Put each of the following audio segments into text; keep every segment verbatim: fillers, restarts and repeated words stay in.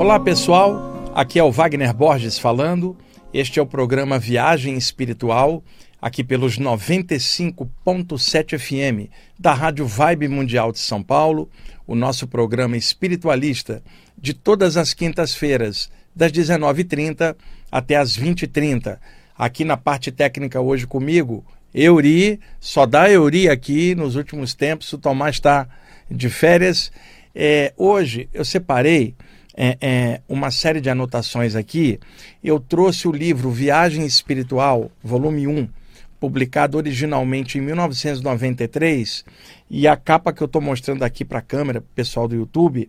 Olá pessoal, aqui é o Wagner Borges falando. Este é o programa Viagem Espiritual, aqui pelos noventa e cinco ponto sete F M da Rádio Vibe Mundial de São Paulo, o nosso programa espiritualista de todas as quintas-feiras, das dezenove e trinta até as vinte e trinta. Aqui na parte técnica hoje comigo, Euri, só dá Euri aqui nos últimos tempos, o Tomás está de férias. É, hoje eu separei é, é, uma série de anotações aqui. Eu trouxe o livro Viagem Espiritual, volume um, publicado originalmente em mil novecentos e noventa e três, e a capa que eu estou mostrando aqui para a câmera, pessoal do YouTube,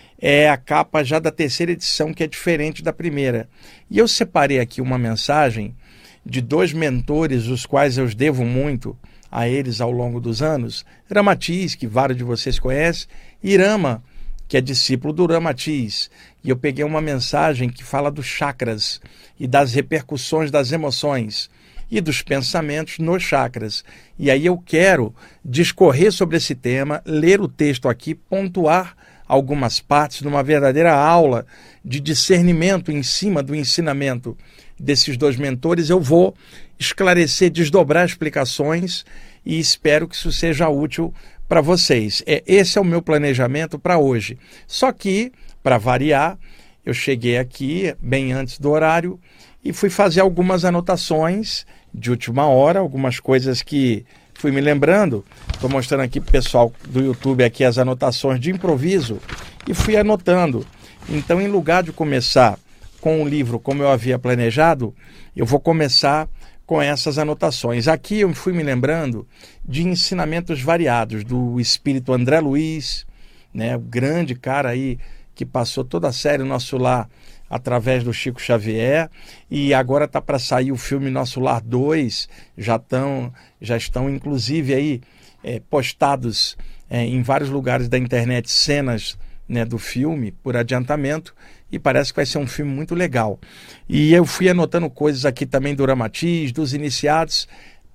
é a capa já da terceira edição, que é diferente da primeira. E eu separei aqui uma mensagem de dois mentores, os quais eu devo muito a eles ao longo dos anos. Ramatiz, que vários de vocês conhecem, e Irama, que é discípulo do Ramatiz. E eu peguei uma mensagem que fala dos chakras e das repercussões das emoções e dos pensamentos nos chakras. E aí eu quero discorrer sobre esse tema, ler o texto aqui, pontuar algumas partes numa verdadeira aula de discernimento em cima do ensinamento desses dois mentores. Eu vou esclarecer, desdobrar explicações e espero que isso seja útil para vocês. É, esse é o meu planejamento para hoje. Só que, para variar, eu cheguei aqui bem antes do horário e fui fazer algumas anotações de última hora, algumas coisas que fui me lembrando. Estou mostrando aqui para o pessoal do YouTube aqui as anotações de improviso e fui anotando. Então, em lugar de começar com o livro como eu havia planejado, eu vou começar com essas anotações. Aqui eu fui me lembrando de ensinamentos variados do espírito André Luiz, né, o grande cara aí que passou toda a série Nosso Lar através do Chico Xavier, e agora está para sair o filme Nosso Lar dois, já, tão, já estão inclusive aí é, postados é, em vários lugares da internet cenas, né, do filme por adiantamento, e parece que vai ser um filme muito legal. E eu fui anotando coisas aqui também do Ramatiz, dos iniciados,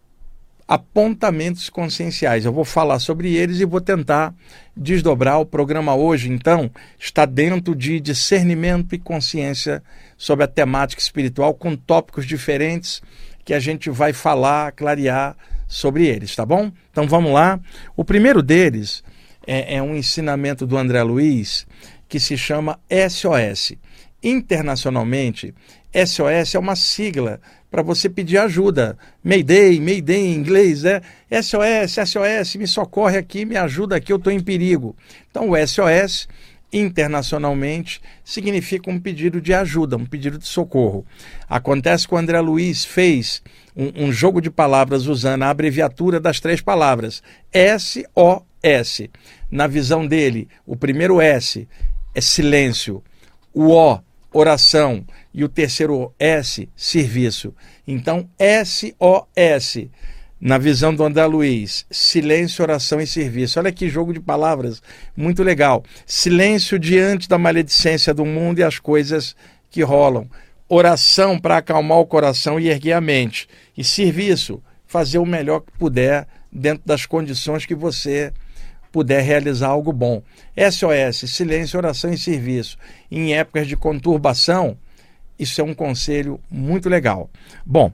apontamentos conscienciais. Eu vou falar sobre eles e vou tentar desdobrar. O programa hoje, então, está dentro de discernimento e consciência sobre a temática espiritual, com tópicos diferentes que a gente vai falar, clarear sobre eles, tá bom? Então vamos lá. O primeiro deles é, é um ensinamento do André Luiz, que se chama S O S. Internacionalmente, S O S é uma sigla para você pedir ajuda. Mayday, Mayday em inglês, é S O S, S O S, me socorre aqui, me ajuda aqui, eu estou em perigo. Então o S O S, internacionalmente, significa um pedido de ajuda, um pedido de socorro. Acontece que o André Luiz fez um, um jogo de palavras usando a abreviatura das três palavras, S O S. Na visão dele, o primeiro S é silêncio, o O, oração, e o terceiro S, serviço. Então, S O S, na visão do André Luiz, silêncio, oração e serviço. Olha que jogo de palavras, muito legal. Silêncio diante da maledicência do mundo e as coisas que rolam. Oração para acalmar o coração e erguer a mente. E serviço, fazer o melhor que puder dentro das condições que você puder realizar algo bom. S O S, silêncio, oração e serviço. Em épocas de conturbação, isso é um conselho muito legal. Bom,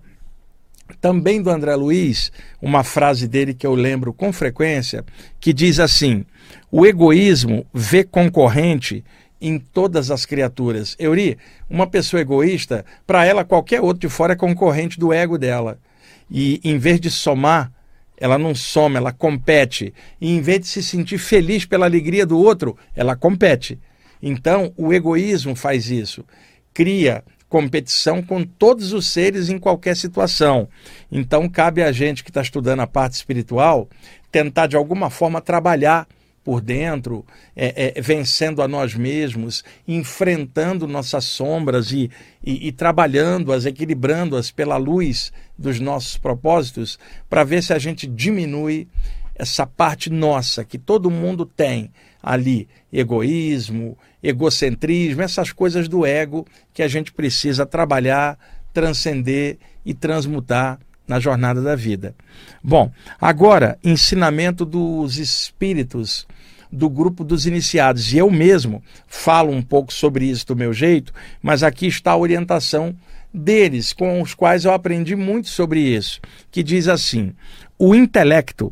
também do André Luiz, uma frase dele que eu lembro com frequência, que diz assim: o egoísmo vê concorrente em todas as criaturas. Euri, uma pessoa egoísta, para ela qualquer outro de fora é concorrente do ego dela. E em vez de somar, ela não soma, ela compete. E em vez de se sentir feliz pela alegria do outro, ela compete. Então, o egoísmo faz isso. Cria competição com todos os seres em qualquer situação. Então, cabe a gente que está estudando a parte espiritual tentar, de alguma forma, trabalhar por dentro, é, é, vencendo a nós mesmos, enfrentando nossas sombras e, e, e trabalhando-as, equilibrando-as pela luz dos nossos propósitos, para ver se a gente diminui essa parte nossa, que todo mundo tem ali, egoísmo, egocentrismo, essas coisas do ego que a gente precisa trabalhar, transcender e transmutar na jornada da vida. Bom, agora, ensinamento dos espíritos do grupo dos iniciados. E eu mesmo falo um pouco sobre isso do meu jeito, mas aqui está a orientação deles, com os quais eu aprendi muito sobre isso, que diz assim: o intelecto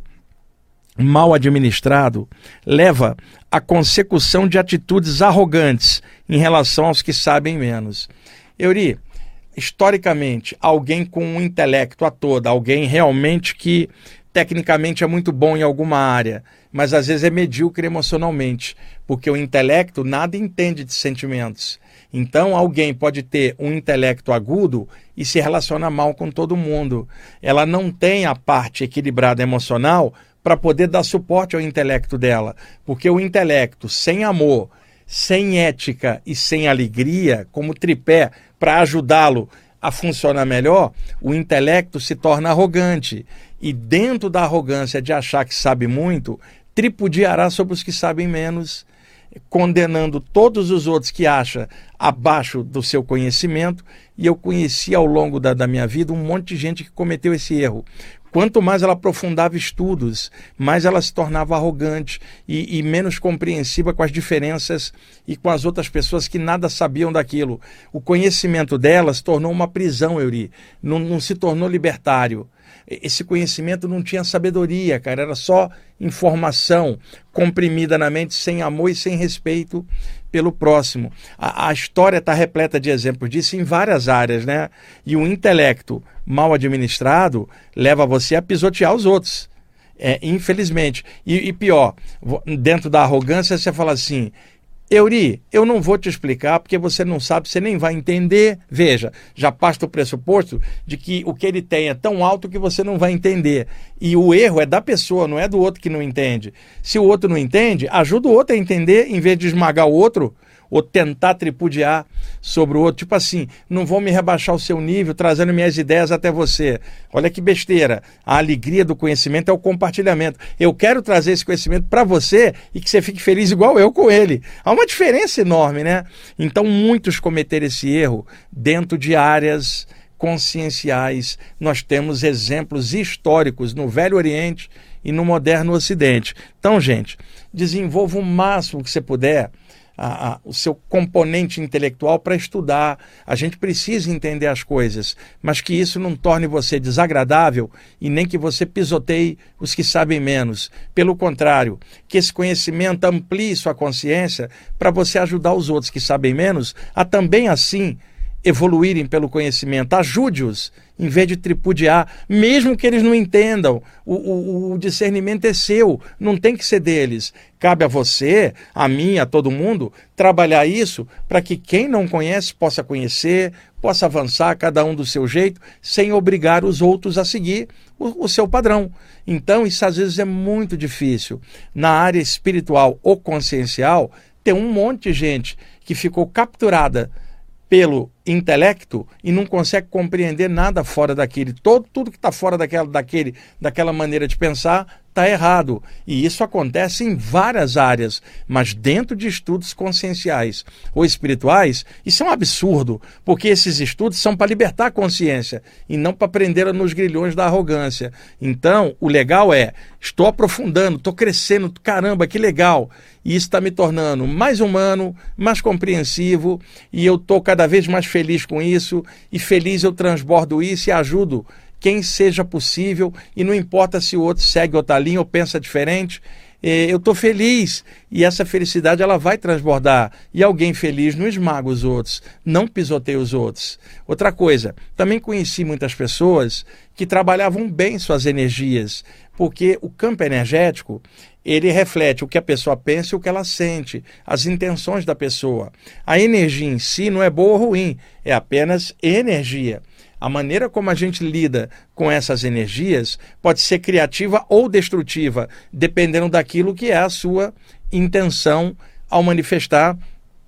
mal administrado leva à consecução de atitudes arrogantes em relação aos que sabem menos. Euri, historicamente, alguém com um intelecto a toda, alguém realmente que tecnicamente é muito bom em alguma área, mas às vezes é medíocre emocionalmente, porque o intelecto nada entende de sentimentos. Então alguém pode ter um intelecto agudo e se relaciona mal com todo mundo. Ela não tem a parte equilibrada emocional para poder dar suporte ao intelecto dela, porque o intelecto sem amor, sem ética e sem alegria, como tripé para ajudá-lo a funcionar melhor, o intelecto se torna arrogante. E dentro da arrogância de achar que sabe muito, tripudiará sobre os que sabem menos, condenando todos os outros que acha abaixo do seu conhecimento. E eu conheci ao longo da, da minha vida um monte de gente que cometeu esse erro. Quanto mais ela aprofundava estudos, mais ela se tornava arrogante e, e menos compreensiva com as diferenças e com as outras pessoas que nada sabiam daquilo. O conhecimento dela se tornou uma prisão, Euri, não, não se tornou libertário. Esse conhecimento não tinha sabedoria, cara, era só informação comprimida na mente, sem amor e sem respeito pelo próximo. A, a história está repleta de exemplos disso em várias áreas, né? E o intelecto mal administrado leva você a pisotear os outros, é, infelizmente. E, e pior, dentro da arrogância você fala assim: Euri, eu não vou te explicar porque você não sabe, você nem vai entender. Veja, já parte do pressuposto de que o que ele tem é tão alto que você não vai entender. E o erro é da pessoa, não é do outro que não entende. Se o outro não entende, ajuda o outro a entender em vez de esmagar o outro ou tentar tripudiar sobre o outro. Tipo assim, não vou me rebaixar o seu nível trazendo minhas ideias até você. Olha que besteira. A alegria do conhecimento é o compartilhamento. Eu quero trazer esse conhecimento para você e que você fique feliz igual eu com ele. Há uma diferença enorme, né? Então muitos cometeram esse erro dentro de áreas conscienciais. Nós temos exemplos históricos no Velho Oriente e no Moderno Ocidente. Então, gente, desenvolva o máximo que você puder A, a, o seu componente intelectual para estudar. A gente precisa entender as coisas, mas que isso não torne você desagradável e nem que você pisoteie os que sabem menos. Pelo contrário, que esse conhecimento amplie sua consciência para você ajudar os outros que sabem menos a também assim evoluírem pelo conhecimento. Ajude-os em vez de tripudiar, mesmo que eles não entendam. O, o, o discernimento é seu, não tem que ser deles. Cabe a você, a mim, a todo mundo, trabalhar isso para que quem não conhece possa conhecer, possa avançar cada um do seu jeito, sem obrigar os outros a seguir o, o seu padrão. Então, isso às vezes é muito difícil. Na área espiritual ou consciencial, tem um monte de gente que ficou capturada pelo intelecto e não consegue compreender nada fora daquele. Todo, tudo que está fora daquela, daquele, daquela maneira de pensar está errado. E isso acontece em várias áreas, mas dentro de estudos conscienciais ou espirituais, isso é um absurdo, porque esses estudos são para libertar a consciência e não para prender nos grilhões da arrogância. Então, o legal é, estou aprofundando, estou crescendo, caramba, que legal. E isso está me tornando mais humano, mais compreensivo, e eu estou cada vez mais feliz com isso, e feliz eu transbordo isso e ajudo quem seja possível, e não importa se o outro segue outra linha ou pensa diferente, eu estou feliz, e essa felicidade ela vai transbordar, e alguém feliz não esmaga os outros, não pisoteia os outros. Outra coisa, também conheci muitas pessoas que trabalhavam bem suas energias, porque o campo energético, ele reflete o que a pessoa pensa e o que ela sente, as intenções da pessoa. A energia em si não é boa ou ruim, é apenas energia. A maneira como a gente lida com essas energias pode ser criativa ou destrutiva, dependendo daquilo que é a sua intenção ao manifestar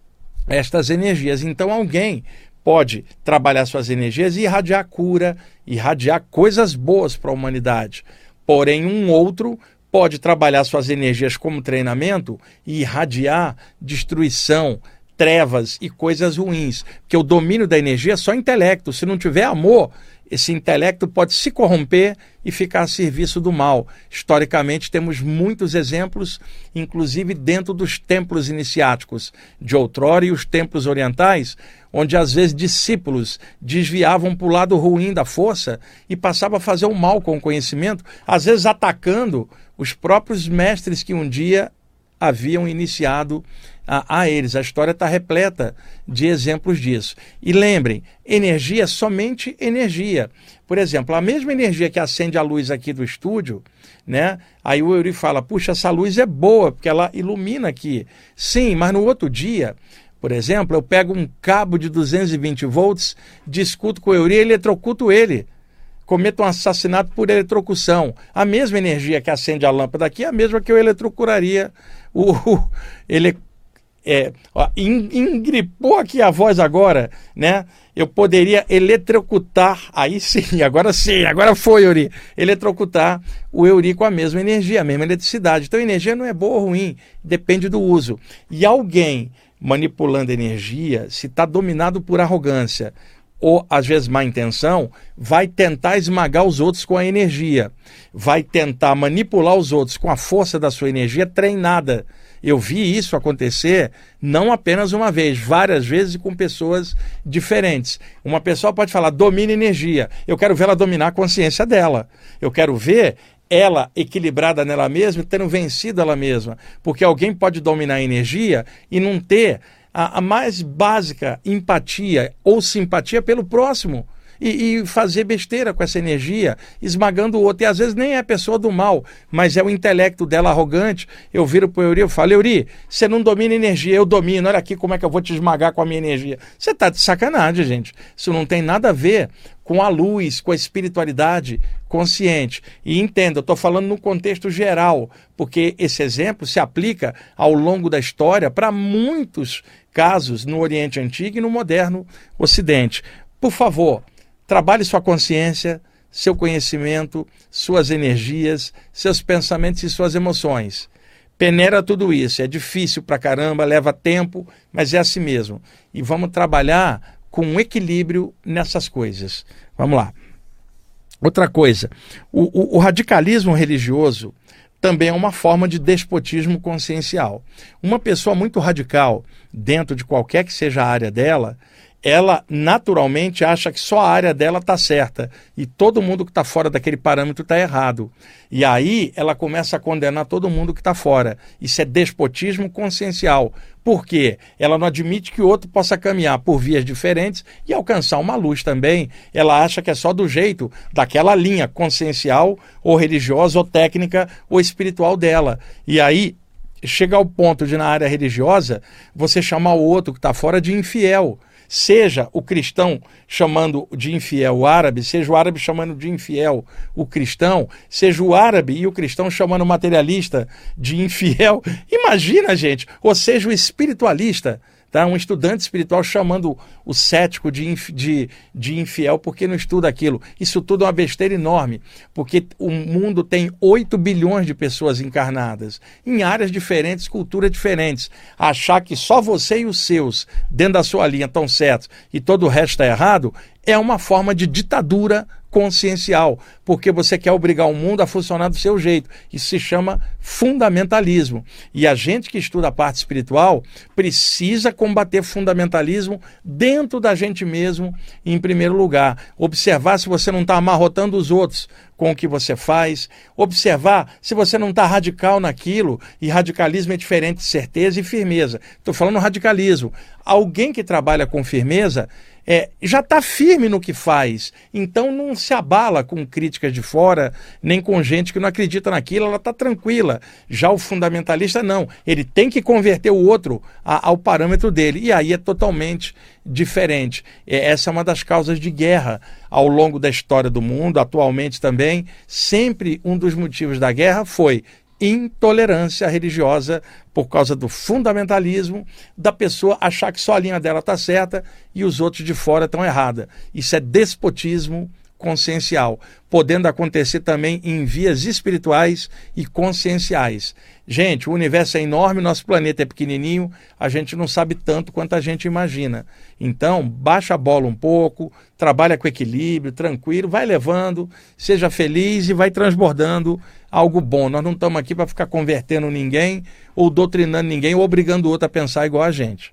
estas energias. Então alguém pode trabalhar suas energias e irradiar cura, irradiar coisas boas para a humanidade. Porém, um outro pode trabalhar suas energias como treinamento e irradiar destruição, trevas e coisas ruins, porque o domínio da energia é só intelecto. Se não tiver amor, esse intelecto pode se corromper e ficar a serviço do mal. Historicamente, temos muitos exemplos, inclusive dentro dos templos iniciáticos de outrora e os templos orientais, onde às vezes discípulos desviavam para o lado ruim da força e passavam a fazer o mal com o conhecimento, às vezes atacando os próprios mestres que um dia haviam iniciado a, a eles. A história está repleta de exemplos disso. E lembrem, energia é somente energia. Por exemplo, a mesma energia que acende a luz aqui do estúdio, né? Aí o Eury fala, puxa, essa luz é boa, porque ela ilumina aqui. Sim, mas no outro dia, por exemplo, eu pego um cabo de duzentos e vinte volts, discuto com o Eury e eletrocuto ele. Cometo um assassinato por eletrocução. A mesma energia que acende a lâmpada aqui é a mesma que eu eletrocuraria. O, o, ele é, ó, engripou aqui a voz agora, né? Eu poderia eletrocutar, aí sim, agora sim, agora foi, Eury, eletrocutar o Eury com a mesma energia, a mesma eletricidade. Então a energia não é boa ou ruim, depende do uso. E alguém manipulando energia, se está dominado por arrogância, ou às vezes má intenção, vai tentar esmagar os outros com a energia, vai tentar manipular os outros com a força da sua energia treinada. Eu vi isso acontecer não apenas uma vez, várias vezes e com pessoas diferentes. Uma pessoa pode falar, domina energia, eu quero ver ela dominar a consciência dela, eu quero ver ela equilibrada nela mesma, tendo vencido ela mesma, porque alguém pode dominar a energia e não ter a, a mais básica empatia ou simpatia pelo próximo e, e fazer besteira com essa energia, esmagando o outro. E às vezes nem é a pessoa do mal, mas é o intelecto dela arrogante. Eu viro para o Eury e falo, Eury, você não domina energia, eu domino, olha aqui como é que eu vou te esmagar com a minha energia. Você está de sacanagem, gente. Isso não tem nada a ver com a luz, com a espiritualidade consciente. E entenda, eu estou falando no contexto geral, porque esse exemplo se aplica ao longo da história para muitos casos no Oriente Antigo e no moderno Ocidente. Por favor, trabalhe sua consciência, seu conhecimento, suas energias, seus pensamentos e suas emoções. Peneira tudo isso. É difícil pra caramba, leva tempo, mas é assim mesmo. E vamos trabalhar com um equilíbrio nessas coisas. Vamos lá. Outra coisa, o, o, o radicalismo religioso também é uma forma de despotismo consciencial. Uma pessoa muito radical, dentro de qualquer que seja a área dela, ela naturalmente acha que só a área dela está certa e todo mundo que está fora daquele parâmetro está errado. E aí ela começa a condenar todo mundo que está fora. Isso é despotismo consciencial. Por quê? Ela não admite que o outro possa caminhar por vias diferentes e alcançar uma luz também. Ela acha que é só do jeito daquela linha consciencial ou religiosa ou técnica ou espiritual dela. E aí chega ao ponto de, na área religiosa, você chamar o outro que está fora de infiel. Seja o cristão chamando de infiel o árabe, seja o árabe chamando de infiel o cristão, seja o árabe e o cristão chamando o materialista de infiel. Imagina, gente, ou seja o espiritualista, tá? Um estudante espiritual chamando o cético de, inf, de, de infiel porque não estuda aquilo. Isso tudo é uma besteira enorme, porque o mundo tem oito bilhões de pessoas encarnadas, em áreas diferentes, culturas diferentes. Achar que só você e os seus, dentro da sua linha, estão certos e todo o resto está errado, é uma forma de ditadura consciencial, porque você quer obrigar o mundo a funcionar do seu jeito. Isso se chama fundamentalismo. E a gente que estuda a parte espiritual precisa combater fundamentalismo dentro da gente mesmo, em primeiro lugar. Observar se você não está amarrotando os outros com o que você faz. Observar se você não está radical naquilo. E radicalismo é diferente de certeza e firmeza. Estou falando radicalismo. Alguém que trabalha com firmeza É, já está firme no que faz, então não se abala com críticas de fora, nem com gente que não acredita naquilo, ela está tranquila. Já o fundamentalista não, ele tem que converter o outro a, ao parâmetro dele, e aí é totalmente diferente. É, essa é uma das causas de guerra ao longo da história do mundo, atualmente também. Sempre um dos motivos da guerra foi intolerância religiosa por causa do fundamentalismo, da pessoa achar que só a linha dela está certa e os outros de fora estão errada. Isso é despotismo consciencial, podendo acontecer também em vias espirituais e conscienciais. Gente, o universo é enorme, nosso planeta é pequenininho, a gente não sabe tanto quanto a gente imagina. Então, baixa a bola um pouco, trabalha com equilíbrio, tranquilo, vai levando, seja feliz e vai transbordando algo bom. Nós não estamos aqui para ficar convertendo ninguém, ou doutrinando ninguém, ou obrigando o outro a pensar igual a gente.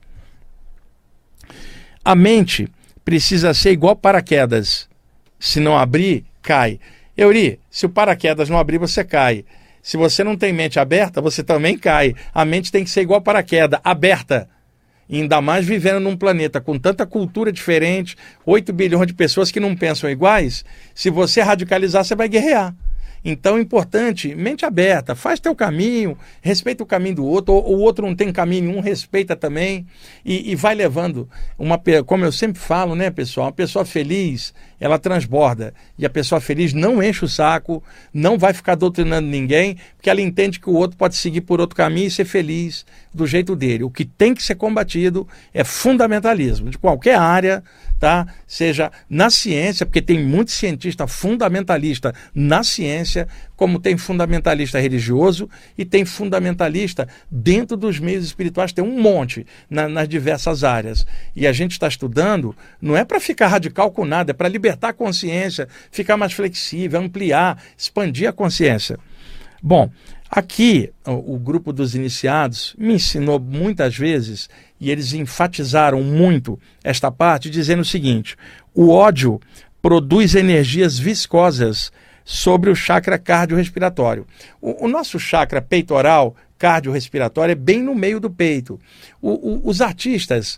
A mente precisa ser igual paraquedas. Se não abrir, cai. Euri, se o paraquedas não abrir, você cai. Se você não tem mente aberta, você também cai. A mente tem que ser igual paraquedas, aberta. E ainda mais vivendo num planeta com tanta cultura diferente, oito bilhões de pessoas que não pensam iguais. Se você radicalizar, você vai guerrear. Então é importante, mente aberta, faz teu caminho, respeita o caminho do outro, ou o outro não tem caminho nenhum, respeita também, e, e vai levando. Uma, como eu sempre falo, né, pessoal, uma pessoa feliz, ela transborda, e a pessoa feliz não enche o saco, não vai ficar doutrinando ninguém, porque ela entende que o outro pode seguir por outro caminho e ser feliz do jeito dele. O que tem que ser combatido é fundamentalismo, de qualquer área, tá? Seja na ciência, porque tem muito cientista fundamentalista na ciência, como tem fundamentalista religioso e tem fundamentalista dentro dos meios espirituais, tem um monte na, nas diversas áreas. E a gente está estudando, não é para ficar radical com nada, é para libertar a consciência, ficar mais flexível, ampliar, expandir a consciência. Bom, aqui o, o grupo dos iniciados me ensinou muitas vezes, e eles enfatizaram muito esta parte, dizendo o seguinte: o ódio produz energias viscosas sobre o chakra cardiorrespiratório. O, o nosso chakra peitoral cardiorrespiratório é bem no meio do peito. O, o, os artistas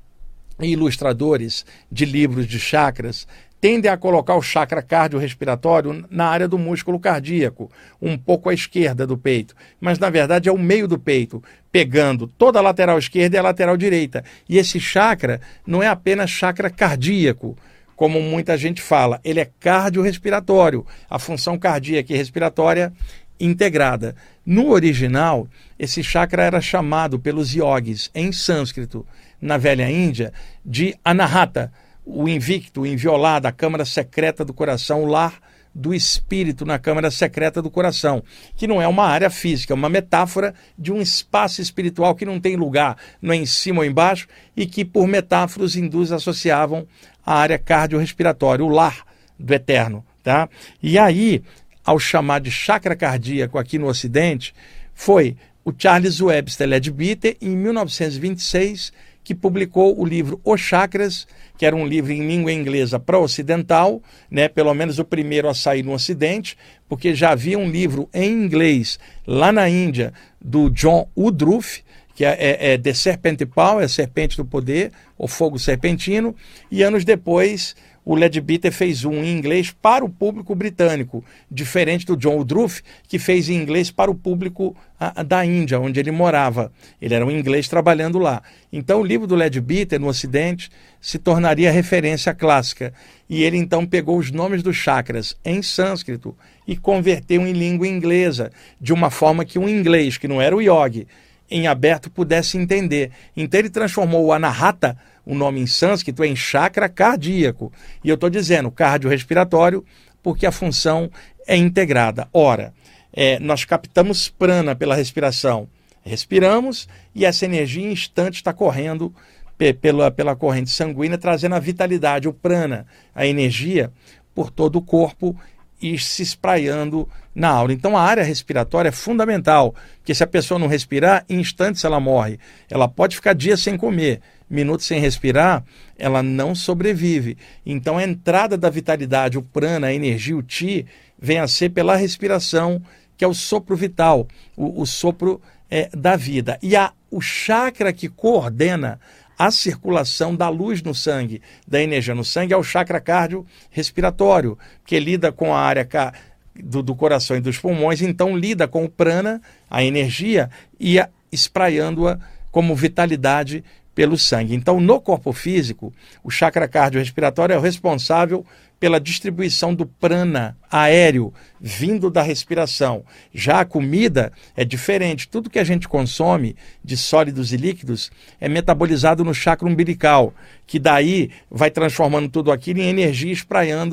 e ilustradores de livros de chakras tendem a colocar o chakra cardiorrespiratório na área do músculo cardíaco, um pouco à esquerda do peito, mas na verdade é o meio do peito, pegando toda a lateral esquerda e a lateral direita. E esse chakra não é apenas chakra cardíaco, como muita gente fala, ele é cardiorrespiratório, a função cardíaca e respiratória integrada. No original, esse chakra era chamado pelos yogis, em sânscrito, na velha Índia, de Anahata, o invicto, o inviolado, a câmara secreta do coração, o lar do espírito na câmara secreta do coração, que não é uma área física, é uma metáfora de um espaço espiritual que não tem lugar, não é em cima ou embaixo, e que por metáforas os hindus associavam a área cardiorrespiratória, o lar do eterno, tá? E aí, ao chamar de chakra cardíaco aqui no Ocidente, foi o Charles Webster Leadbeater, em mil novecentos e vinte e seis, que publicou o livro Os Chakras, que era um livro em língua inglesa pró-ocidental, né, pelo menos o primeiro a sair no Ocidente, porque já havia um livro em inglês lá na Índia, do John Woodruff, que é, é, é The Serpent Power, a Serpente do Poder, o Fogo Serpentino, e anos depois o Leadbeater fez um em inglês para o público britânico, diferente do John Woodruff, que fez em inglês para o público a, da Índia, onde ele morava. Ele era um inglês trabalhando lá. Então o livro do Leadbeater, no Ocidente, se tornaria referência clássica. E ele então pegou os nomes dos chakras em sânscrito e converteu em língua inglesa, de uma forma que um inglês, que não era o yogi, em aberto pudesse entender. Então ele transformou o Anahata, o nome em sânscrito, em chakra cardíaco. E eu estou dizendo cardiorrespiratório porque a função é integrada. Ora, é, nós captamos prana pela respiração. Respiramos e essa energia em instante está correndo pe pela, pela corrente sanguínea, trazendo a vitalidade, o prana, a energia, por todo o corpo e se espraiando na aura. Então a área respiratória é fundamental, porque se a pessoa não respirar, em instantes ela morre. Ela pode ficar dias sem comer, minutos sem respirar, ela não sobrevive. Então a entrada da vitalidade, o prana, a energia, o ti, vem a ser pela respiração, que é o sopro vital, o, o sopro é, da vida. E a, o chakra que coordena a circulação da luz no sangue, da energia no sangue, é o chakra cardiorrespiratório, que lida com a área do, do coração e dos pulmões, então lida com o prana, a energia, e a, espraiando-a como vitalidade pelo sangue. Então, no corpo físico, o chakra cardiorrespiratório é o responsável pela distribuição do prana aéreo vindo da respiração. Já a comida é diferente. Tudo que a gente consome de sólidos e líquidos é metabolizado no chakra umbilical, que daí vai transformando tudo aquilo em energia, espraiando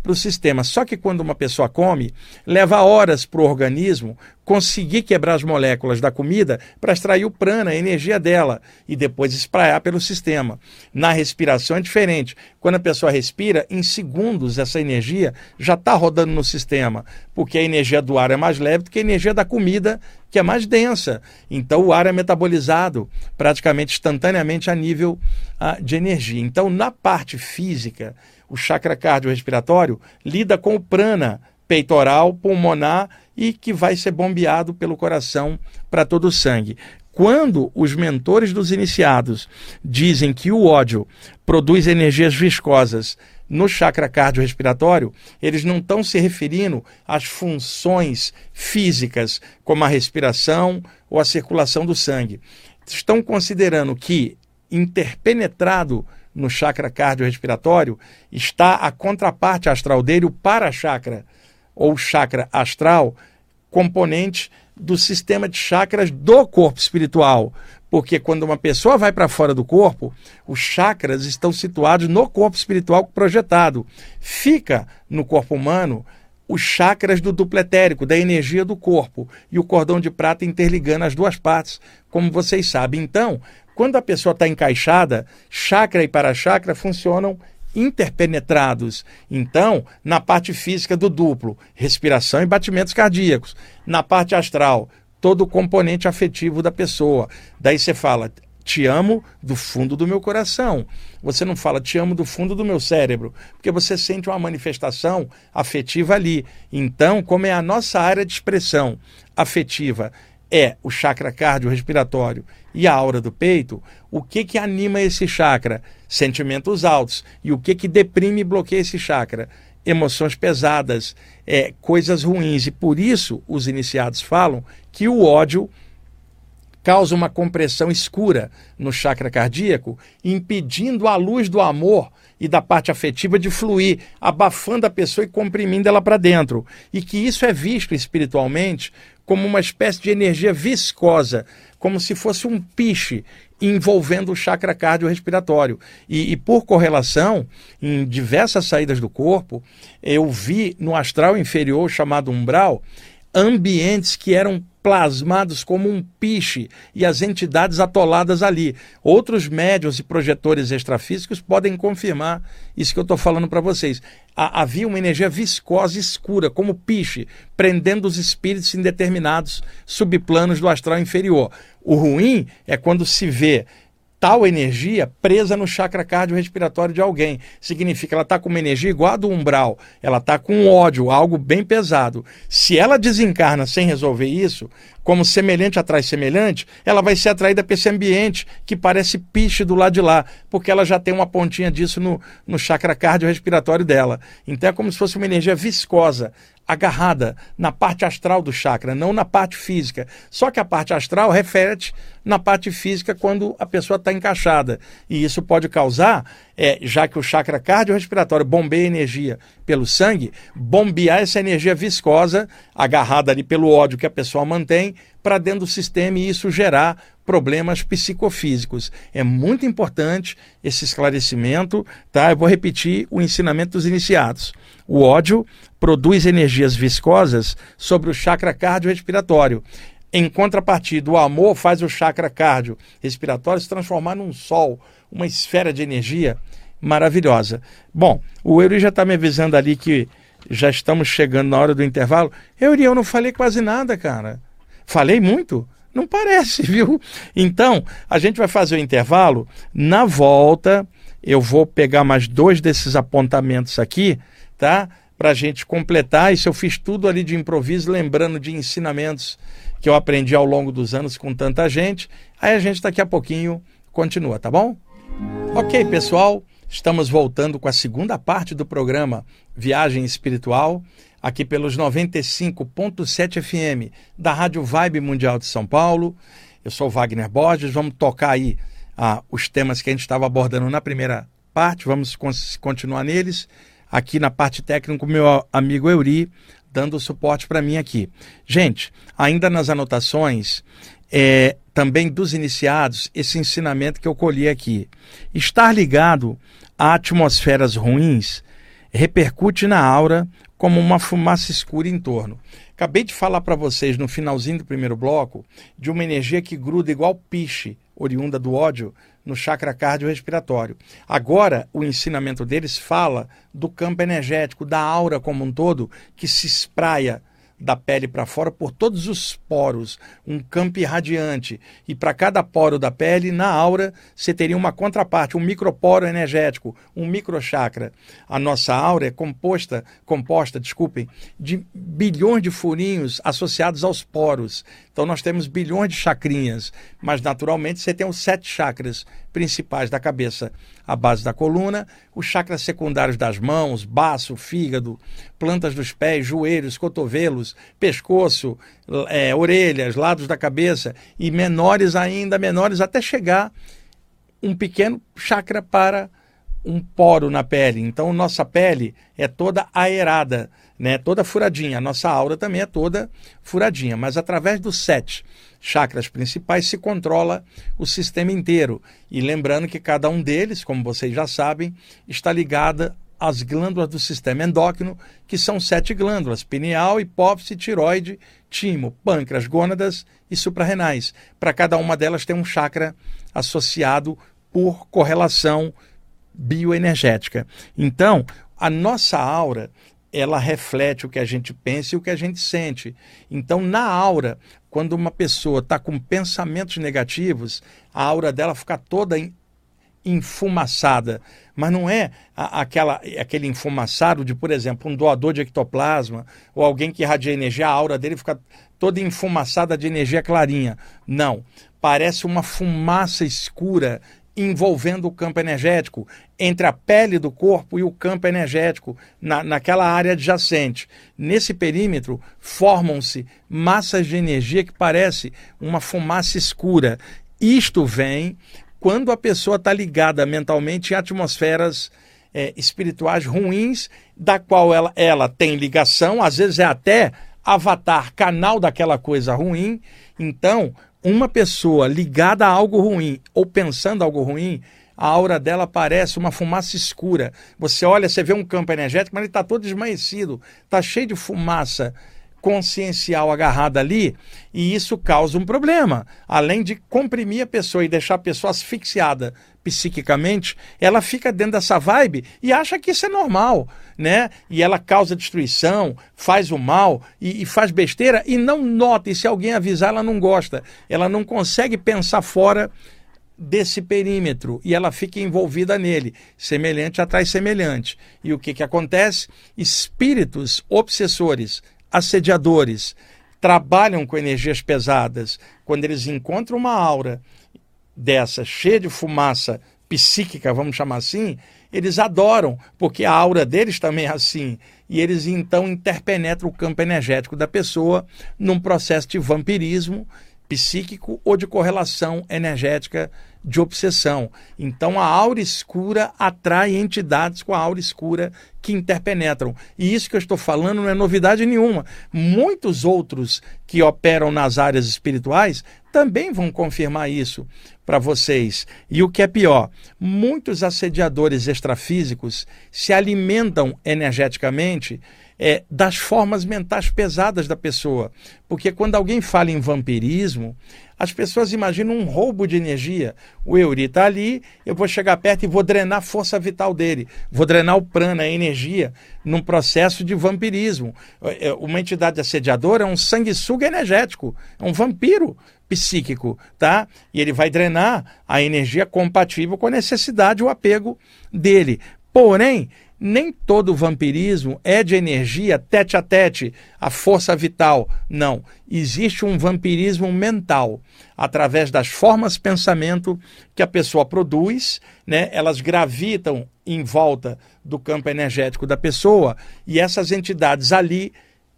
para o sistema. Só que quando uma pessoa come, leva horas para o organismo conseguir quebrar as moléculas da comida para extrair o prana, a energia dela, e depois espraiar pelo sistema. Na respiração é diferente. Quando a pessoa respira, em segundos essa energia já está rodando no sistema, porque a energia do ar é mais leve do que a energia da comida, que é mais densa. Então o ar é metabolizado praticamente instantaneamente a nível ah, de energia. Então, na parte física, o chakra cardiorrespiratório lida com o prana peitoral, pulmonar e que vai ser bombeado pelo coração para todo o sangue. Quando os mentores dos iniciados dizem que o ódio produz energias viscosas no chakra cardiorrespiratório, eles não estão se referindo às funções físicas, como a respiração ou a circulação do sangue. Estão considerando que interpenetrado no chakra cardiorrespiratório está a contraparte astral dele, o para-chakra, ou chakra astral, componente do sistema de chakras do corpo espiritual. Porque quando uma pessoa vai para fora do corpo, os chakras estão situados no corpo espiritual projetado. Fica no corpo humano os chakras do duplo etérico, da energia do corpo, e o cordão de prata interligando as duas partes, como vocês sabem. Então, quando a pessoa está encaixada, chakra e para-chakra funcionam interpenetrados. Então, na parte física do duplo, respiração e batimentos cardíacos. Na parte astral, todo o componente afetivo da pessoa. Daí você fala, te amo do fundo do meu coração. Você não fala, te amo do fundo do meu cérebro, porque você sente uma manifestação afetiva ali. Então, como é a nossa área de expressão afetiva, é o chakra cardiorrespiratório e a aura do peito, o que que anima esse chakra? Sentimentos altos. E o que que deprime e bloqueia esse chakra? Emoções pesadas, é, coisas ruins. E por isso os iniciados falam que o ódio causa uma compressão escura no chakra cardíaco, impedindo a luz do amor e da parte afetiva de fluir, abafando a pessoa e comprimindo ela para dentro. E que isso é visto espiritualmente como uma espécie de energia viscosa, como se fosse um piche envolvendo o chakra cardiorrespiratório. E, e por correlação, em diversas saídas do corpo, eu vi no astral inferior, chamado umbral, ambientes que eram plasmados como um piche e as entidades atoladas ali. Outros médiuns e projetores extrafísicos podem confirmar isso que eu estou falando para vocês. Ha- havia uma energia viscosa escura, como piche, prendendo os espíritos em determinados subplanos do astral inferior. O ruim é quando se vê tal energia presa no chakra cardiorrespiratório de alguém. Significa que ela está com uma energia igual a do umbral, ela está com ódio, algo bem pesado. Se ela desencarna sem resolver isso, como semelhante atrai semelhante, ela vai ser atraída para esse ambiente que parece piche do lado de lá, porque ela já tem uma pontinha disso no, no chakra cardiorrespiratório dela. Então é como se fosse uma energia viscosa, agarrada na parte astral do chakra, não na parte física. Só que a parte astral reflete na parte física quando a pessoa está encaixada. E isso pode causar, é, já que o chakra cardiorrespiratório bombeia energia pelo sangue, bombear essa energia viscosa, agarrada ali pelo ódio que a pessoa mantém, para dentro do sistema e isso gerar problemas psicofísicos. É muito importante esse esclarecimento, tá? Eu vou repetir o ensinamento dos iniciados. O ódio produz energias viscosas sobre o chakra cardiorrespiratório. Em contrapartida, o amor faz o chakra cardiorrespiratório se transformar num sol, uma esfera de energia maravilhosa. Bom, o Euri já está me avisando ali que já estamos chegando na hora do intervalo. Euri, eu não falei quase nada, cara. Falei muito? Não parece, viu? Então, a gente vai fazer o intervalo. Na volta, eu vou pegar mais dois desses apontamentos aqui, tá? Para a gente completar. Isso eu fiz tudo ali de improviso, lembrando de ensinamentos que eu aprendi ao longo dos anos com tanta gente. Aí a gente daqui a pouquinho continua, tá bom? Ok, pessoal. Estamos voltando com a segunda parte do programa Viagem Espiritual, aqui pelos noventa e cinco ponto sete F M da Rádio Vibe Mundial de São Paulo. Eu sou Wagner Borges, vamos tocar aí ah, os temas que a gente estava abordando na primeira parte, vamos continuar neles. Aqui na parte técnica, o meu amigo Euri, dando suporte para mim aqui. Gente, ainda nas anotações, é, também dos iniciados, esse ensinamento que eu colhi aqui. Estar ligado a atmosferas ruins repercute na aura como uma fumaça escura em torno. Acabei de falar para vocês no finalzinho do primeiro bloco de uma energia que gruda igual piche, oriunda do ódio, no chakra cardiorrespiratório. Agora, o ensinamento deles fala do campo energético, da aura como um todo, que se espraia da pele para fora por todos os poros, um campo irradiante. E para cada poro da pele, na aura, você teria uma contraparte, um microporo energético, um microchakra. A nossa aura é composta, composta, desculpem, de bilhões de furinhos associados aos poros. Então nós temos bilhões de chacrinhas, mas naturalmente você tem os sete chakras principais da cabeça, a base da coluna, os chakras secundários das mãos, baço, fígado, plantas dos pés, joelhos, cotovelos, pescoço, é, orelhas, lados da cabeça e menores ainda, menores até chegar um pequeno chakra para um poro na pele. Então nossa pele é toda aerada, né? Toda furadinha. A nossa aura também é toda furadinha, mas através dos sete chakras principais se controla o sistema inteiro. E lembrando que cada um deles, como vocês já sabem, está ligada às glândulas do sistema endócrino, que são sete glândulas: pineal, hipófise, tiroide, timo, pâncreas, gônadas e suprarrenais. Para cada uma delas tem um chakra associado por correlação bioenergética. Então, a nossa aura, ela reflete o que a gente pensa e o que a gente sente. Então, na aura, quando uma pessoa está com pensamentos negativos, a aura dela fica toda enfumaçada. Mas não é a, aquela, aquele enfumaçado de, por exemplo, um doador de ectoplasma ou alguém que irradia energia, a aura dele fica toda enfumaçada de energia clarinha. Não. Parece uma fumaça escura envolvendo o campo energético, entre a pele do corpo e o campo energético, na, naquela área adjacente. Nesse perímetro, formam-se massas de energia que parece uma fumaça escura. Isto vem quando a pessoa está ligada mentalmente em atmosferas é, espirituais ruins, da qual ela, ela tem ligação, às vezes é até avatar, canal daquela coisa ruim. Então, uma pessoa ligada a algo ruim ou pensando algo ruim, a aura dela parece uma fumaça escura. Você olha, você vê um campo energético, mas ele está todo esmaecido, está cheio de fumaça consciencial agarrada ali, e isso causa um problema. Além de comprimir a pessoa e deixar a pessoa asfixiada psiquicamente, ela fica dentro dessa vibe e acha que isso é normal, né? E ela causa destruição, faz o mal e, e faz besteira e não nota, e se alguém avisar, ela não gosta. Ela não consegue pensar fora desse perímetro e ela fica envolvida nele. Semelhante atrai semelhante. E o que, que acontece? Espíritos obsessores, assediadores, trabalham com energias pesadas. Quando eles encontram uma aura dessa, cheia de fumaça psíquica, vamos chamar assim, eles adoram, porque a aura deles também é assim. E eles então interpenetram o campo energético da pessoa num processo de vampirismo psíquico ou de correlação energética de obsessão. Então a aura escura atrai entidades com a aura escura que interpenetram. E isso que eu estou falando não é novidade nenhuma. Muitos outros que operam nas áreas espirituais também vão confirmar isso para vocês. E o que é pior, muitos assediadores extrafísicos se alimentam energeticamente É, das formas mentais pesadas da pessoa. Porque quando alguém fala em vampirismo, as pessoas imaginam um roubo de energia. O Euri está ali, eu vou chegar perto e vou drenar a força vital dele, vou drenar o prana, a energia, num processo de vampirismo. Uma entidade assediadora é um sanguessuga energético, é um vampiro psíquico, tá? E ele vai drenar a energia compatível com a necessidade, o apego dele. Porém, nem todo vampirismo é de energia tete a tete, a força vital. Não. Existe um vampirismo mental, através das formas de pensamento que a pessoa produz, né? Elas gravitam em volta do campo energético da pessoa e essas entidades ali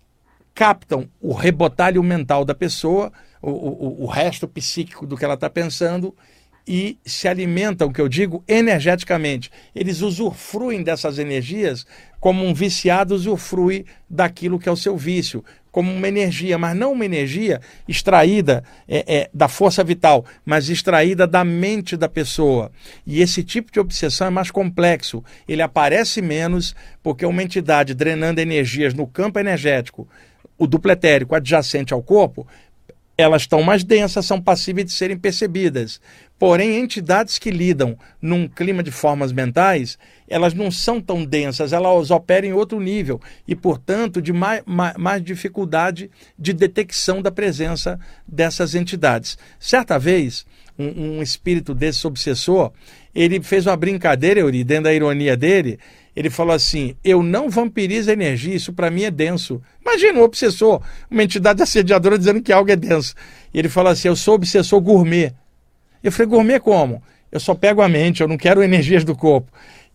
captam o rebotalho mental da pessoa, o, o, o resto psíquico do que ela está pensando, e se alimentam, que eu digo, energeticamente. Eles usufruem dessas energias como um viciado usufrui daquilo que é o seu vício, como uma energia, mas não uma energia extraída é, é, da força vital, mas extraída da mente da pessoa. E esse tipo de obsessão é mais complexo. Ele aparece menos porque uma entidade drenando energias no campo energético, o duplo etérico adjacente ao corpo, elas estão mais densas, são passíveis de serem percebidas. Porém, entidades que lidam num clima de formas mentais, elas não são tão densas, elas operam em outro nível e, portanto, de mais, mais, mais dificuldade de detecção da presença dessas entidades. Certa vez, um, um espírito desse obsessor, ele fez uma brincadeira, Euri, dentro da ironia dele, ele falou assim, eu não vampirizo a energia, isso para mim é denso. Imagina um obsessor, uma entidade assediadora dizendo que algo é denso. E ele falou assim, eu sou obsessor gourmet. Eu falei, gourmet como? Eu só pego a mente, eu não quero energias do corpo.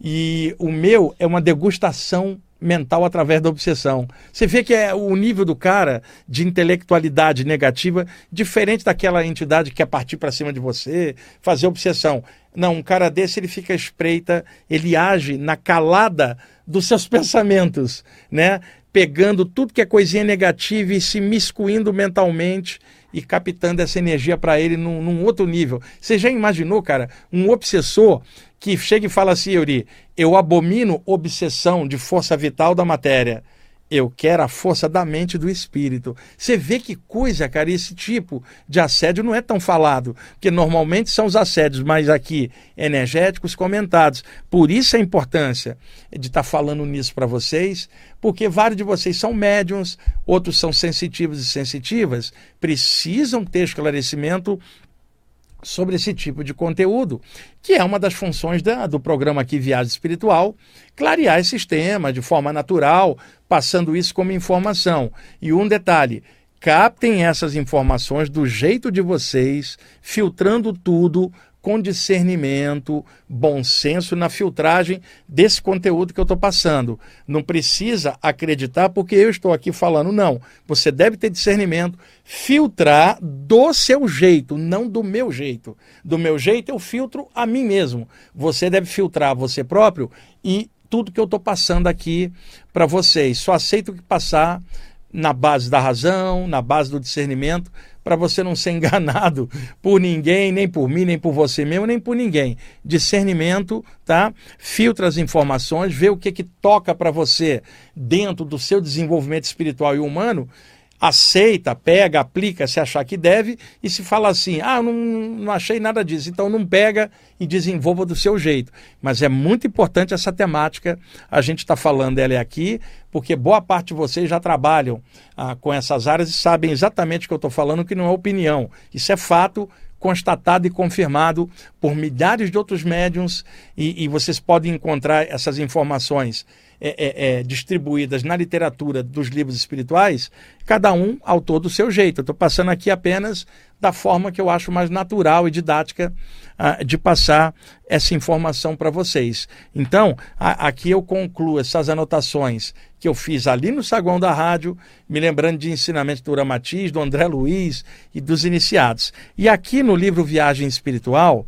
E o meu é uma degustação mental através da obsessão. Você vê que é o nível do cara de intelectualidade negativa diferente daquela entidade que quer partir para cima de você, fazer obsessão. Não, um cara desse ele fica espreita, ele age na calada dos seus pensamentos, né? Pegando tudo que é coisinha negativa e se miscuindo mentalmente e captando essa energia para ele num, num outro nível. Você já imaginou, cara, um obsessor que chega e fala assim, Euri, eu abomino obsessão de força vital da matéria. Eu quero a força da mente e do espírito. Você vê que coisa, cara, esse tipo de assédio não é tão falado, porque normalmente são os assédios mais aqui energéticos comentados. Por isso a importância de estar falando nisso para vocês, porque vários de vocês são médiums, outros são sensitivos e sensitivas, precisam ter esclarecimento sobre esse tipo de conteúdo, que é uma das funções da, do programa aqui Viagem Espiritual, clarear esse sistema de forma natural, passando isso como informação. E um detalhe, captem essas informações do jeito de vocês, filtrando tudo com discernimento, bom senso na filtragem desse conteúdo que eu estou passando. Não precisa acreditar porque eu estou aqui falando, não. Você deve ter discernimento, filtrar do seu jeito, não do meu jeito. Do meu jeito eu filtro a mim mesmo. Você deve filtrar você próprio e tudo que eu estou passando aqui para vocês. Só aceito o que passar na base da razão, na base do discernimento, para você não ser enganado por ninguém, nem por mim, nem por você mesmo, nem por ninguém. Discernimento, tá? Filtra as informações, vê o que que toca para você dentro do seu desenvolvimento espiritual e humano, aceita, pega, aplica se achar que deve, e se fala assim, ah, não, não achei nada disso, então não pega e desenvolva do seu jeito. Mas é muito importante essa temática, a gente está falando dela aqui, porque boa parte de vocês já trabalham ah, com essas áreas e sabem exatamente o que eu estou falando, que não é opinião. Isso é fato constatado e confirmado por milhares de outros médiuns, e, e vocês podem encontrar essas informações É, é, é, distribuídas na literatura dos livros espirituais, cada um autor do seu jeito. Eu estou passando aqui apenas da forma que eu acho mais natural e didática ah, de passar essa informação para vocês. Então, a, aqui eu concluo essas anotações que eu fiz ali no saguão da rádio, me lembrando de ensinamentos do Uramatiz, do André Luiz e dos iniciados. E aqui no livro Viagem Espiritual,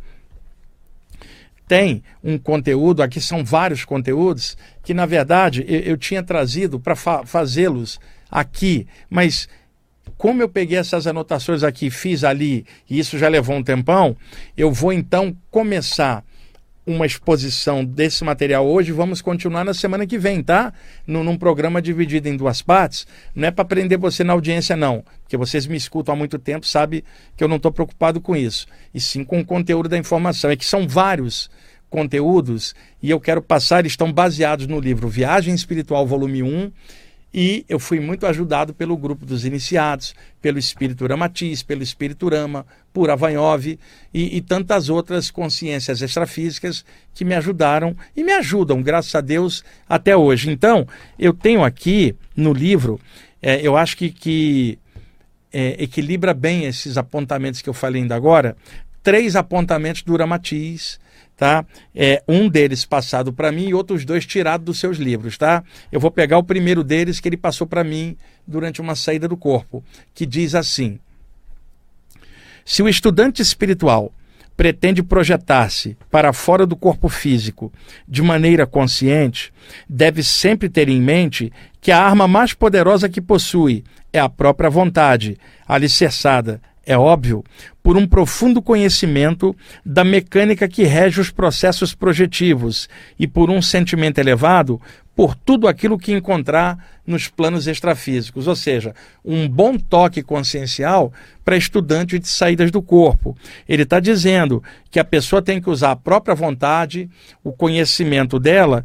tem um conteúdo, aqui são vários conteúdos, que na verdade eu, eu tinha trazido para fa fazê-los aqui, mas como eu peguei essas anotações aqui, fiz ali, e isso já levou um tempão, eu vou então começar uma exposição desse material hoje, vamos continuar na semana que vem, tá? Num, num programa dividido em duas partes, não é para prender você na audiência não, porque vocês me escutam há muito tempo, sabe que eu não estou preocupado com isso, e sim com o conteúdo da informação, é que são vários conteúdos, e eu quero passar, eles estão baseados no livro Viagem Espiritual, volume um, e eu fui muito ajudado pelo grupo dos iniciados, pelo Espírito Uramatiz, pelo Espírito Urama, por Avanhov e, e tantas outras consciências extrafísicas que me ajudaram e me ajudam, graças a Deus, até hoje. Então, eu tenho aqui no livro, é, eu acho que, que é, equilibra bem esses apontamentos que eu falei ainda agora, três apontamentos do Uramatiz, tá? É, um deles passado para mim e outros dois tirados dos seus livros, tá? Eu vou pegar o primeiro deles que ele passou para mim durante uma saída do corpo, que diz assim: se o estudante espiritual pretende projetar-se para fora do corpo físico de maneira consciente, deve sempre ter em mente que a arma mais poderosa que possui é a própria vontade, alicerçada, é óbvio, por um profundo conhecimento da mecânica que rege os processos projetivos e por um sentimento elevado por tudo aquilo que encontrar nos planos extrafísicos, ou seja, um bom toque consciencial para estudante de saídas do corpo. Ele está dizendo que a pessoa tem que usar a própria vontade, o conhecimento dela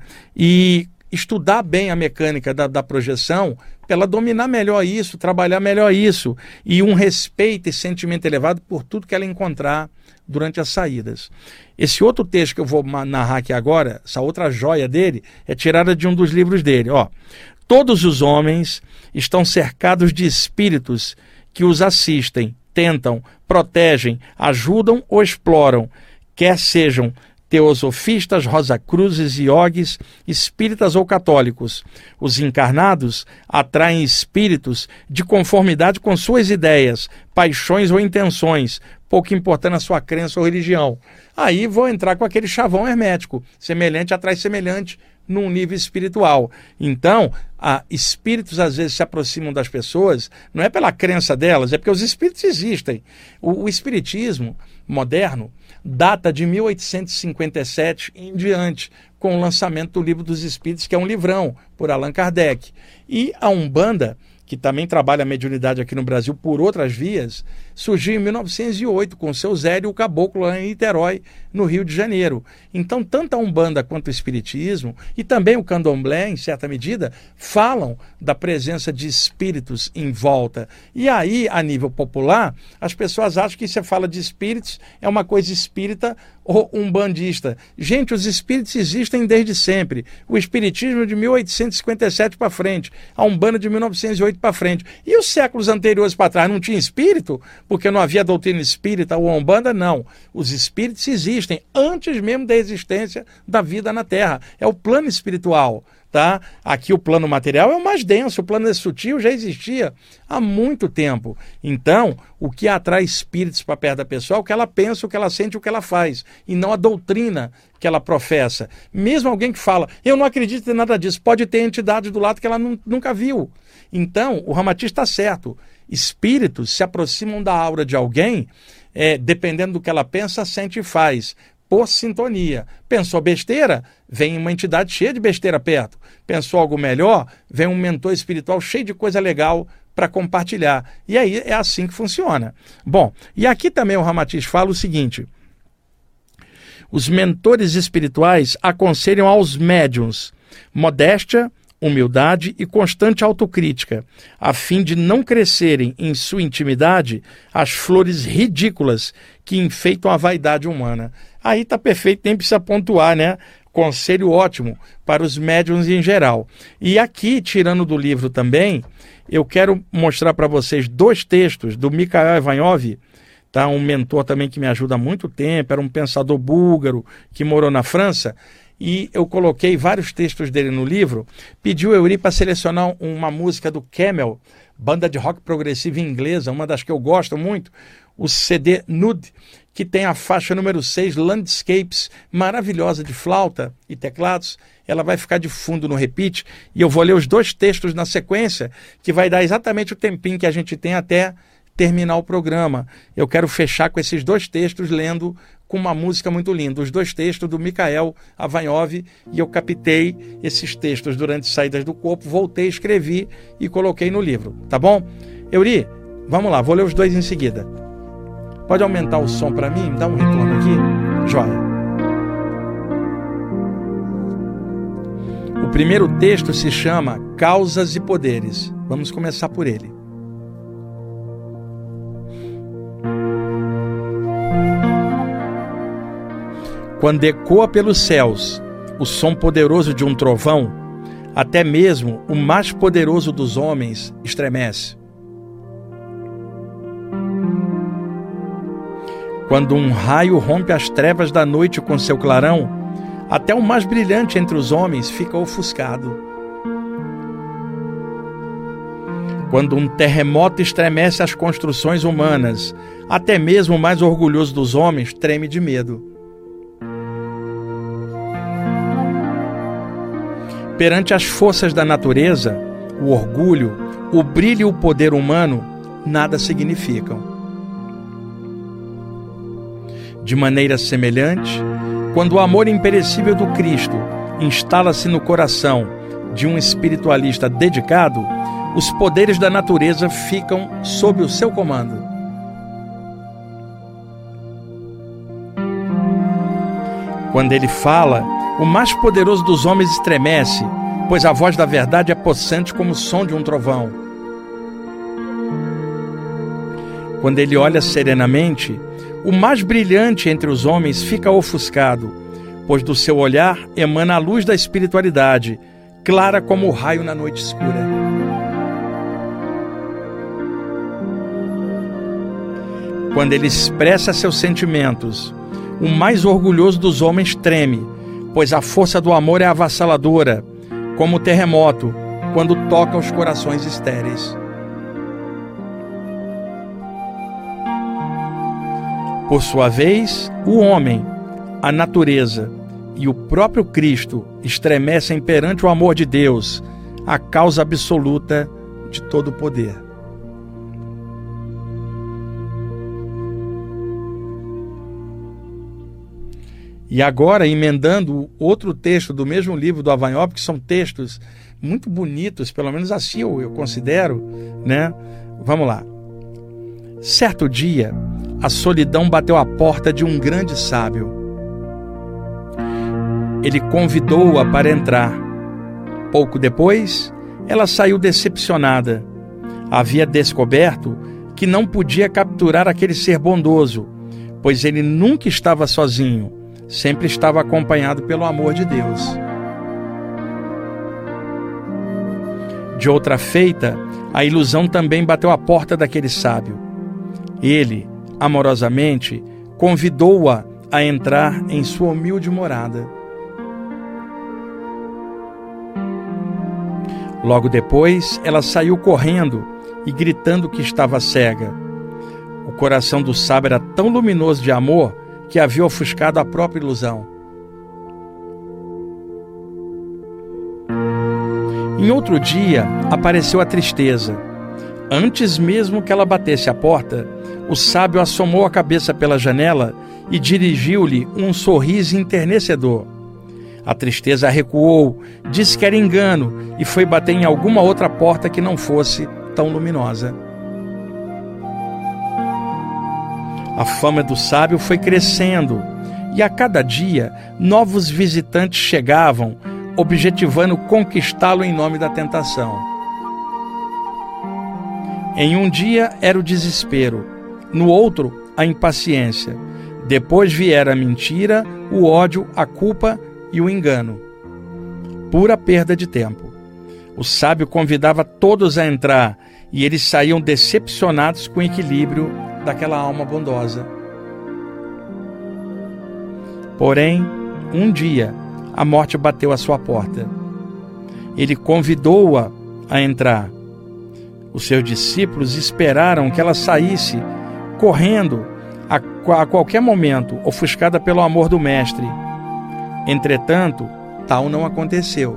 e estudar bem a mecânica da, da projeção para ela dominar melhor isso, trabalhar melhor isso, e um respeito e sentimento elevado por tudo que ela encontrar durante as saídas. Esse outro texto que eu vou narrar aqui agora, essa outra joia dele, é tirada de um dos livros dele. Ó, todos os homens estão cercados de espíritos que os assistem, tentam, protegem, ajudam ou exploram, quer sejam teosofistas, rosacruzes, iogues, espíritas ou católicos. Os encarnados atraem espíritos de conformidade com suas ideias, paixões ou intenções, pouco importando a sua crença ou religião. Aí vou entrar com aquele chavão hermético, semelhante atrai semelhante num nível espiritual. Então, a, espíritos às vezes se aproximam das pessoas, não é pela crença delas, é porque os espíritos existem. O, o espiritismo moderno data de mil oitocentos e cinquenta e sete em diante, com o lançamento do Livro dos Espíritos, que é um livrão, por Allan Kardec. E a Umbanda, que também trabalha a mediunidade aqui no Brasil por outras vias, surgiu em mil novecentos e oito, com o seu Zé e o Caboclo lá em Niterói, no Rio de Janeiro. Então, tanto a Umbanda quanto o Espiritismo, e também o Candomblé, em certa medida, falam da presença de espíritos em volta. E aí, a nível popular, as pessoas acham que você fala de espíritos, é uma coisa espírita ou umbandista. Gente, os espíritos existem desde sempre. O Espiritismo de mil oitocentos e cinquenta e sete para frente, a Umbanda de mil novecentos e oito para frente. E os séculos anteriores para trás não tinha espírito? Porque não havia doutrina espírita ou Umbanda? Não. Os espíritos existem antes mesmo da existência da vida na Terra. É o plano espiritual. Tá? Aqui o plano material é o mais denso, o plano sutil já existia há muito tempo. Então, o que atrai espíritos para perto da pessoa é o que ela pensa, o que ela sente, o que ela faz, e não a doutrina que ela professa. Mesmo alguém que fala, eu não acredito em nada disso, pode ter entidade do lado que ela não, nunca viu. Então, o Ramatiz está certo. Espíritos se aproximam da aura de alguém, é, dependendo do que ela pensa, sente e faz, por sintonia. Pensou besteira? Vem uma entidade cheia de besteira perto. Pensou algo melhor? Vem um mentor espiritual cheio de coisa legal para compartilhar. E aí é assim que funciona. Bom, e aqui também o Ramatiz fala o seguinte: os mentores espirituais aconselham aos médiuns modéstia, humildade e constante autocrítica, a fim de não crescerem em sua intimidade as flores ridículas que enfeitam a vaidade humana. Aí está perfeito, nem precisa pontuar, né? Conselho ótimo para os médiuns em geral. E aqui, tirando do livro também, eu quero mostrar para vocês dois textos do Mikhail Ivanov, tá? Um mentor também que me ajuda há muito tempo, era um pensador búlgaro que morou na França, e eu coloquei vários textos dele no livro. Pediu Euri para selecionar uma música do Camel, banda de rock progressiva inglesa, uma das que eu gosto muito, o C D Nude, que tem a faixa número seis, Landscapes, maravilhosa, de flauta e teclados. Ela vai ficar de fundo no repeat, e eu vou ler os dois textos na sequência, que vai dar exatamente o tempinho que a gente tem até terminar o programa. Eu quero fechar com esses dois textos, lendo com uma música muito linda. Os dois textos do Mikhail Ivanov, e eu captei esses textos durante Saídas do Corpo, voltei, escrevi e coloquei no livro. Tá bom? Euri, vamos lá, vou ler os dois em seguida. Pode aumentar o som para mim? Dá um retorno aqui? Joia. O primeiro texto se chama Causas e Poderes. Vamos começar por ele. Quando ecoa pelos céus o som poderoso de um trovão, até mesmo o mais poderoso dos homens estremece. Quando um raio rompe as trevas da noite com seu clarão, até o mais brilhante entre os homens fica ofuscado. Quando um terremoto estremece as construções humanas, até mesmo o mais orgulhoso dos homens treme de medo. Perante as forças da natureza, o orgulho, o brilho e o poder humano nada significam. De maneira semelhante, quando o amor imperecível do Cristo instala-se no coração de um espiritualista dedicado, os poderes da natureza ficam sob o seu comando. Quando ele fala, o mais poderoso dos homens estremece, pois a voz da verdade é possante como o som de um trovão. Quando ele olha serenamente, o mais brilhante entre os homens fica ofuscado, pois do seu olhar emana a luz da espiritualidade, clara como o raio na noite escura. Quando ele expressa seus sentimentos, o mais orgulhoso dos homens treme, pois a força do amor é avassaladora, como o terremoto, quando toca os corações estéreis. Por sua vez, o homem, a natureza e o próprio Cristo estremecem perante o amor de Deus, a causa absoluta de todo o poder. E agora, emendando outro texto do mesmo livro do Avanhop, que são textos muito bonitos, pelo menos assim eu, eu considero, né? Vamos lá. Certo dia, a solidão bateu à porta de um grande sábio. Ele convidou-a para entrar. Pouco depois, ela saiu decepcionada. Havia descoberto que não podia capturar aquele ser bondoso, pois ele nunca estava sozinho, sempre estava acompanhado pelo amor de Deus. De outra feita, a ilusão também bateu à porta daquele sábio. Ele, amorosamente, convidou-a a entrar em sua humilde morada. Logo depois, ela saiu correndo e gritando que estava cega. O coração do sábio era tão luminoso de amor que havia ofuscado a própria ilusão. Em outro dia, apareceu a tristeza. Antes mesmo que ela batesse a porta, o sábio assomou a cabeça pela janela e dirigiu-lhe um sorriso enternecedor. A tristeza recuou, disse que era engano e foi bater em alguma outra porta que não fosse tão luminosa. A fama do sábio foi crescendo e a cada dia novos visitantes chegavam, objetivando conquistá-lo em nome da tentação. Em um dia era o desespero, no outro a impaciência, depois viera a mentira, o ódio, a culpa e o engano. Pura perda de tempo. O sábio convidava todos a entrar e eles saíam decepcionados com o equilíbrio daquela alma bondosa. Porém, um dia, a morte bateu à sua porta. Ele convidou-a a entrar. Os seus discípulos esperaram que ela saísse, correndo, a, a qualquer momento, ofuscada pelo amor do Mestre. Entretanto, tal não aconteceu.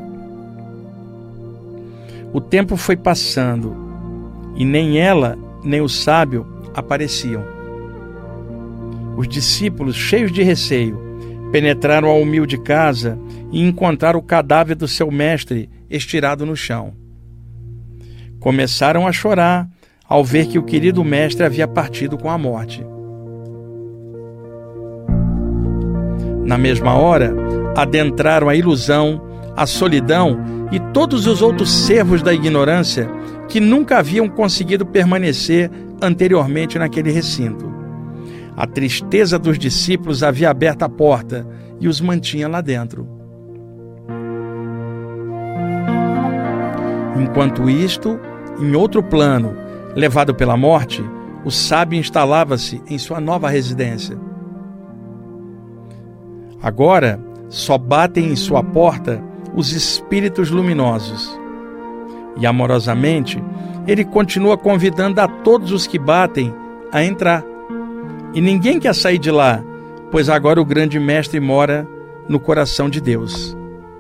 O tempo foi passando, e nem ela, nem o sábio apareciam. Os discípulos, cheios de receio, penetraram a humilde casa e encontraram o cadáver do seu mestre estirado no chão. Começaram a chorar ao ver que o querido mestre havia partido com a morte. Na mesma hora, adentraram a ilusão, a solidão e todos os outros servos da ignorância que nunca haviam conseguido permanecer anteriormente naquele recinto. A tristeza dos discípulos havia aberto a porta e os mantinha lá dentro. Enquanto isto, em outro plano, levado pela morte, o sábio instalava-se em sua nova residência. Agora, só batem em sua porta os espíritos luminosos. E amorosamente, ele continua convidando a todos os que batem a entrar. E ninguém quer sair de lá, pois agora o grande mestre mora no coração de Deus.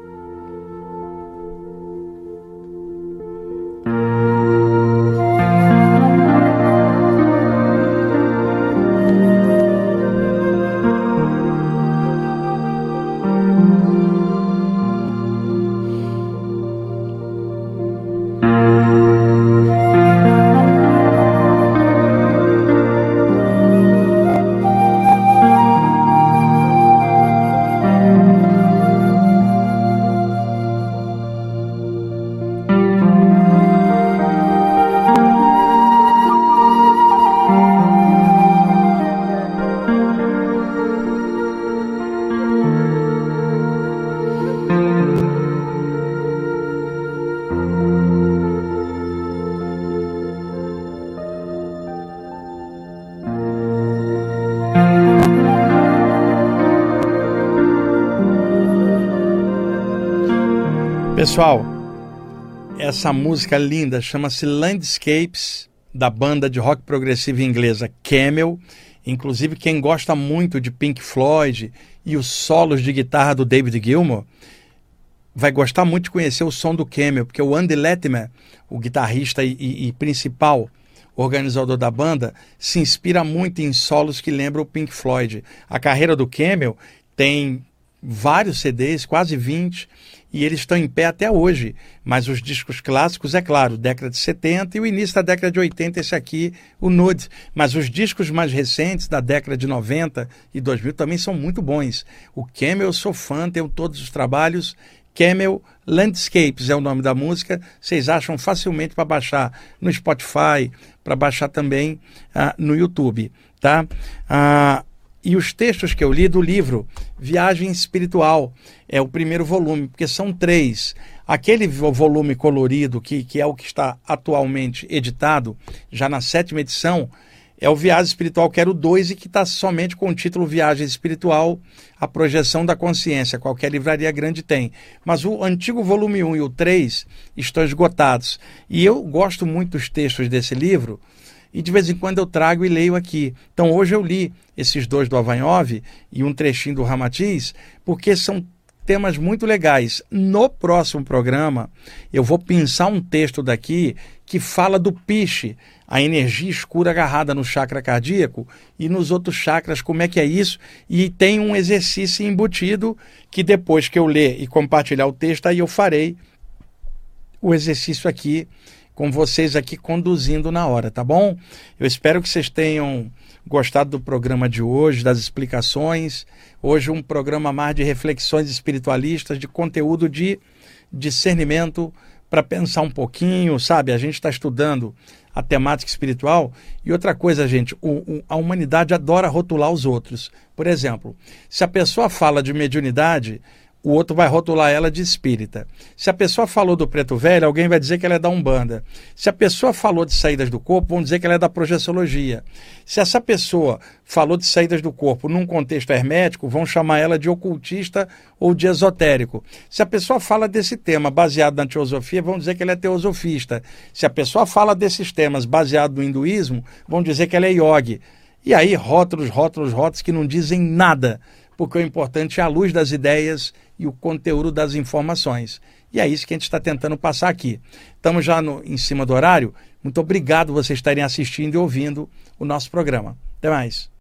Pessoal, essa música linda chama-se Landscapes, da banda de rock progressivo inglesa Camel. Inclusive, quem gosta muito de Pink Floyd e os solos de guitarra do David Gilmour vai gostar muito de conhecer o som do Camel, porque o Andy Latimer, o guitarrista e, e, e principal organizador da banda, se inspira muito em solos que lembram o Pink Floyd. A carreira do Camel tem vários C Ds, quase vinte, e eles estão em pé até hoje. Mas os discos clássicos, é claro, década de setenta e o início da década de oitenta, esse aqui, o Nude. Mas os discos mais recentes, da década de noventa e dois mil, também são muito bons. O Camel, eu sou fã, tenho todos os trabalhos. Camel Landscapes é o nome da música. Vocês acham facilmente para baixar no Spotify, para baixar também ah, no YouTube, tá? Ah, E os textos que eu li do livro Viagem Espiritual, é o primeiro volume, porque são três. Aquele volume colorido, que, que é o que está atualmente editado, já na sétima edição, é o Viagem Espiritual, que era o dois, e que está somente com o título Viagem Espiritual, a projeção da consciência. Qualquer livraria grande tem. Mas o antigo volume um e o três estão esgotados. E eu gosto muito dos textos desse livro, e de vez em quando eu trago e leio aqui. Então hoje eu li esses dois do Avanhov e um trechinho do Ramatiz, porque são temas muito legais. No próximo programa eu vou pensar um texto daqui que fala do piche, a energia escura agarrada no chakra cardíaco e nos outros chakras, como é que é isso, e tem um exercício embutido que depois que eu ler e compartilhar o texto, aí eu farei o exercício aqui com vocês aqui conduzindo na hora, tá bom? Eu espero que vocês tenham gostado do programa de hoje, das explicações. Hoje um programa mais de reflexões espiritualistas, de conteúdo de discernimento para pensar um pouquinho, sabe? A gente está estudando a temática espiritual. E outra coisa, gente, o, o, a humanidade adora rotular os outros. Por exemplo, se a pessoa fala de mediunidade, o outro vai rotular ela de espírita. Se a pessoa falou do preto velho, alguém vai dizer que ela é da Umbanda. Se a pessoa falou de saídas do corpo, vão dizer que ela é da projeciologia. Se essa pessoa falou de saídas do corpo num contexto hermético, vão chamar ela de ocultista ou de esotérico. Se a pessoa fala desse tema baseado na teosofia, vão dizer que ela é teosofista. Se a pessoa fala desses temas baseado no hinduísmo, vão dizer que ela é yogi. E aí, rótulos, rótulos, rótulos que não dizem nada, porque o importante é a luz das ideias e o conteúdo das informações. E é isso que a gente está tentando passar aqui. Estamos já no, em cima do horário. Muito obrigado por vocês estarem assistindo e ouvindo o nosso programa. Até mais.